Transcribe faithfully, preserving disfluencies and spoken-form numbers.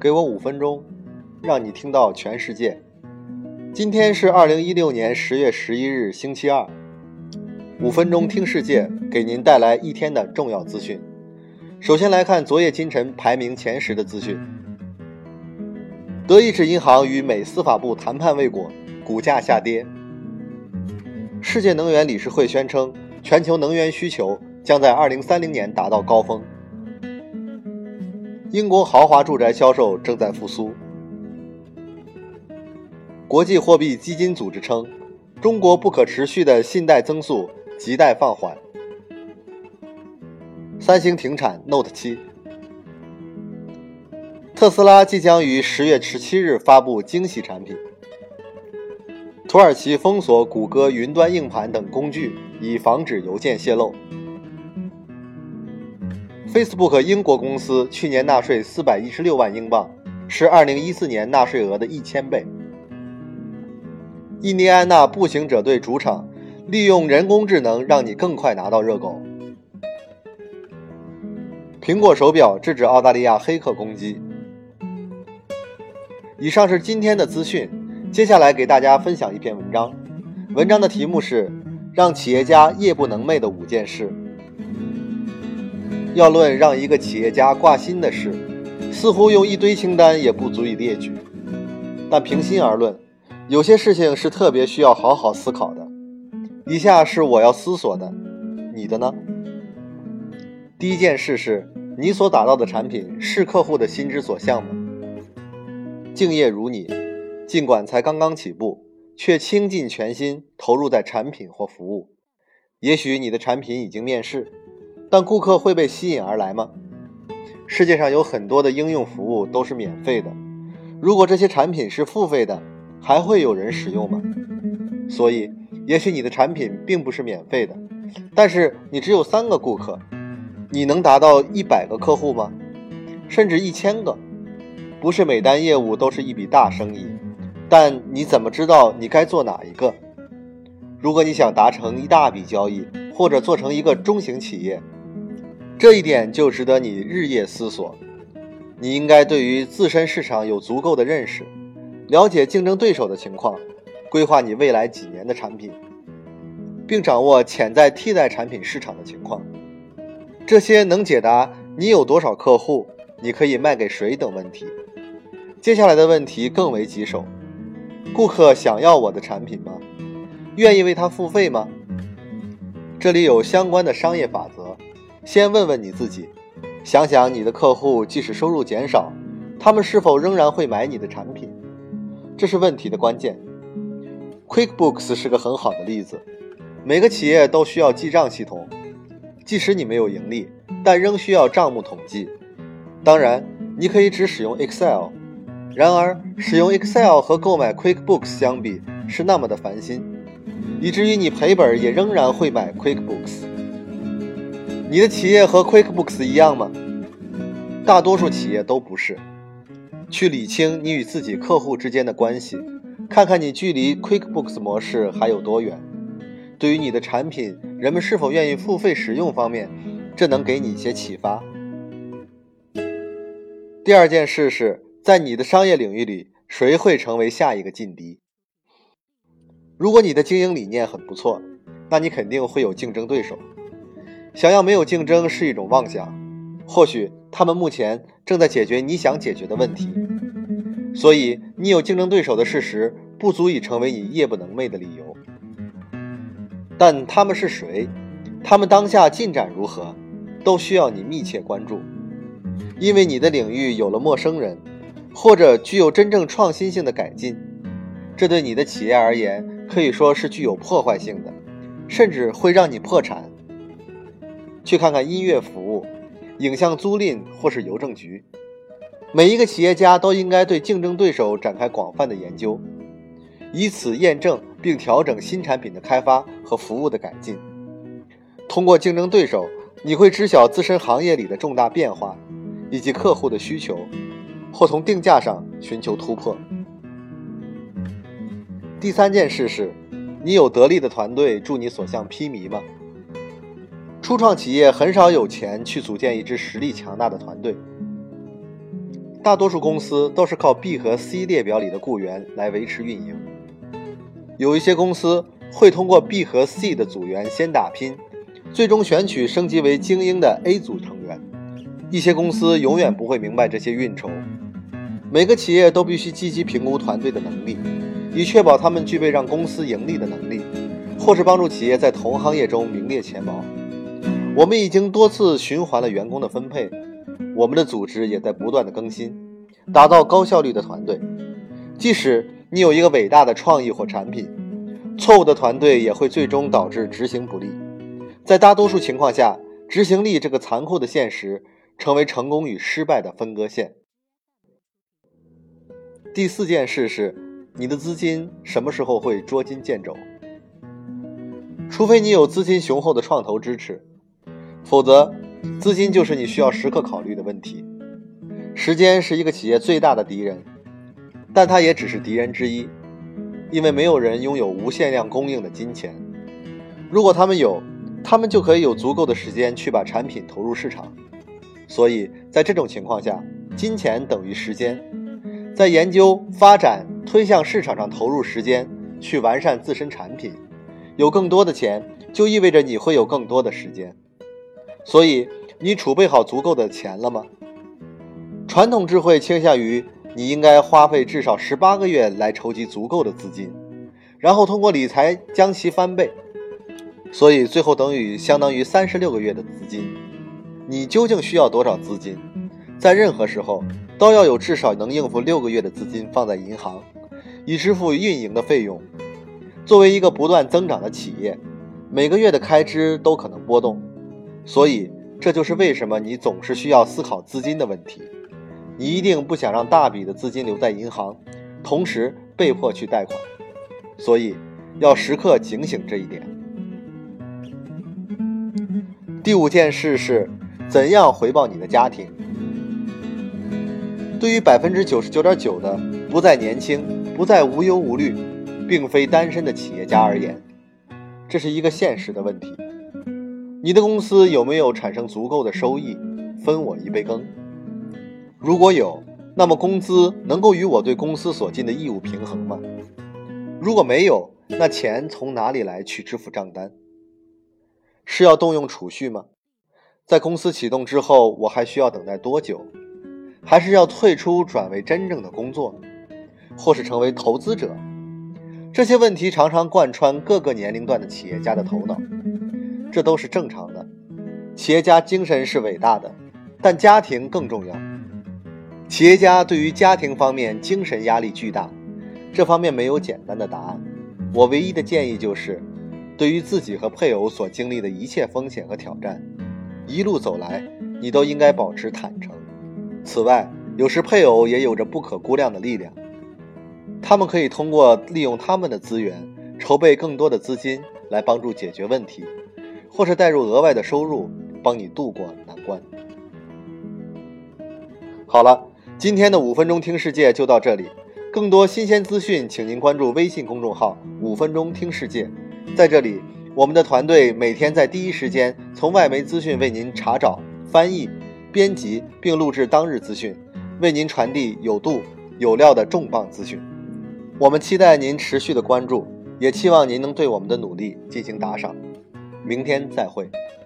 给我五分钟，让你听到全世界。今天是二零一六年十月十一日星期二，五分钟听世界，给您带来一天的重要资讯。首先来看昨夜今晨排名前十的资讯。德意志银行与美司法部谈判未果，股价下跌。世界能源理事会宣称，全球能源需求将在二零三零年达到高峰。英国豪华住宅销售正在复苏。国际货币基金组织称，中国不可持续的信贷增速亟待放缓。三星停产 Note 七。特斯拉即将于十月十七日发布惊喜产品。土耳其封锁谷歌云端硬盘等工具，以防止邮件泄露。Facebook 英国公司去年纳税四百一十六万英镑，是二零一四年纳税额的一千倍。印第安纳步行者队主场利用人工智能让你更快拿到热狗。苹果手表制止澳大利亚黑客攻击。以上是今天的资讯，接下来给大家分享一篇文章，文章的题目是让企业家夜不能寐的五件事。要论让一个企业家挂心的事，似乎用一堆清单也不足以列举，但平心而论，有些事情是特别需要好好思考的。以下是我要思索的，你的呢？第一件事是，你所打造的产品是客户的心之所向吗？敬业如你，尽管才刚刚起步，却倾尽全心投入在产品或服务。也许你的产品已经面世，但顾客会被吸引而来吗？世界上有很多的应用服务都是免费的，如果这些产品是付费的，还会有人使用吗？所以，也许你的产品并不是免费的，但是你只有三个顾客，你能达到一百个客户吗？甚至一千个？不是每单业务都是一笔大生意，但你怎么知道你该做哪一个？如果你想达成一大笔交易，或者做成一个中型企业，这一点就值得你日夜思索。你应该对于自身市场有足够的认识，了解竞争对手的情况，规划你未来几年的产品，并掌握潜在替代产品市场的情况。这些能解答你有多少客户，你可以卖给谁等问题。接下来的问题更为棘手，顾客想要我的产品吗？愿意为它付费吗？这里有相关的商业法则，先问问你自己，想想你的客户即使收入减少，他们是否仍然会买你的产品？这是问题的关键。 QuickBooks 是个很好的例子，每个企业都需要记账系统，即使你没有盈利，但仍需要账目统计。当然，你可以只使用 Excel， 然而使用 Excel 和购买 QuickBooks 相比是那么的烦心，以至于你赔本也仍然会买 QuickBooks。 你的企业和 QuickBooks 一样吗？大多数企业都不是。去理清你与自己客户之间的关系，看看你距离 QuickBooks 模式还有多远。对于你的产品，人们是否愿意付费使用方面，这能给你一些启发。第二件事是，在你的商业领域里，谁会成为下一个劲敌？如果你的经营理念很不错，那你肯定会有竞争对手。想要没有竞争是一种妄想，或许他们目前正在解决你想解决的问题。所以，你有竞争对手的事实不足以成为你夜不能寐的理由。但他们是谁？他们当下进展如何？都需要你密切关注。因为你的领域有了陌生人，或者具有真正创新性的改进，这对你的企业而言可以说是具有破坏性的，甚至会让你破产。去看看音乐服务、影像租赁或是邮政局，每一个企业家都应该对竞争对手展开广泛的研究，以此验证并调整新产品的开发和服务的改进。通过竞争对手，你会知晓自身行业里的重大变化，以及客户的需求，或从定价上寻求突破。第三件事是，你有得力的团队助你所向披靡吗？初创企业很少有钱去组建一支实力强大的团队。 大多数公司都是靠 B 和 C 列表里的雇员来维持运营。有一些公司会通过 B 和 C 的组员先打拼，最终选取升级为精英的 A 组成员。一些公司永远不会明白这些运筹。每个企业都必须积极评估团队的能力，以确保他们具备让公司盈利的能力，或是帮助企业在同行业中名列前茅。我们已经多次循环了员工的分配，我们的组织也在不断的更新，打造高效率的团队。即使你有一个伟大的创意或产品，错误的团队也会最终导致执行不力。在大多数情况下，执行力这个残酷的现实成为成功与失败的分割线。第四件事是，你的资金什么时候会捉襟见肘？除非你有资金雄厚的创投支持，否则资金就是你需要时刻考虑的问题。时间是一个企业最大的敌人，但它也只是敌人之一，因为没有人拥有无限量供应的金钱。如果他们有，他们就可以有足够的时间去把产品投入市场。所以在这种情况下，金钱等于时间。在研究、发展、推向市场上投入时间，去完善自身产品。有更多的钱，就意味着你会有更多的时间。所以，你储备好足够的钱了吗？传统智慧倾向于你应该花费至少十八个月来筹集足够的资金，然后通过理财将其翻倍。所以最后等于相当于三十六个月的资金。你究竟需要多少资金？在任何时候都要有至少能应付六个月的资金放在银行，以支付运营的费用。作为一个不断增长的企业，每个月的开支都可能波动，所以这就是为什么你总是需要思考资金的问题。你一定不想让大笔的资金留在银行，同时被迫去贷款，所以要时刻警醒这一点。第五件事是怎样回报你的家庭。对于 百分之九十九点九 的不再年轻、不再无忧无虑，并非单身的企业家而言，这是一个现实的问题。你的公司有没有产生足够的收益，分我一杯羹？如果有，那么工资能够与我对公司所尽的义务平衡吗？如果没有，那钱从哪里来去支付账单？是要动用储蓄吗？在公司启动之后，我还需要等待多久？还是要退出转为真正的工作，或是成为投资者？这些问题常常贯穿各个年龄段的企业家的头脑，这都是正常的。企业家精神是伟大的，但家庭更重要。企业家对于家庭方面精神压力巨大，这方面没有简单的答案。我唯一的建议就是，对于自己和配偶所经历的一切风险和挑战，一路走来，你都应该保持坦诚。此外，有时配偶也有着不可估量的力量，他们可以通过利用他们的资源，筹备更多的资金来帮助解决问题，或是带入额外的收入，帮你度过难关。好了，今天的五分钟听世界就到这里。更多新鲜资讯，请您关注微信公众号五分钟听世界。在这里，我们的团队每天在第一时间从外媒资讯为您查找、翻译、编辑并录制当日资讯，为您传递有度有料的重磅资讯。我们期待您持续的关注，也期望您能对我们的努力进行打赏。明天再会。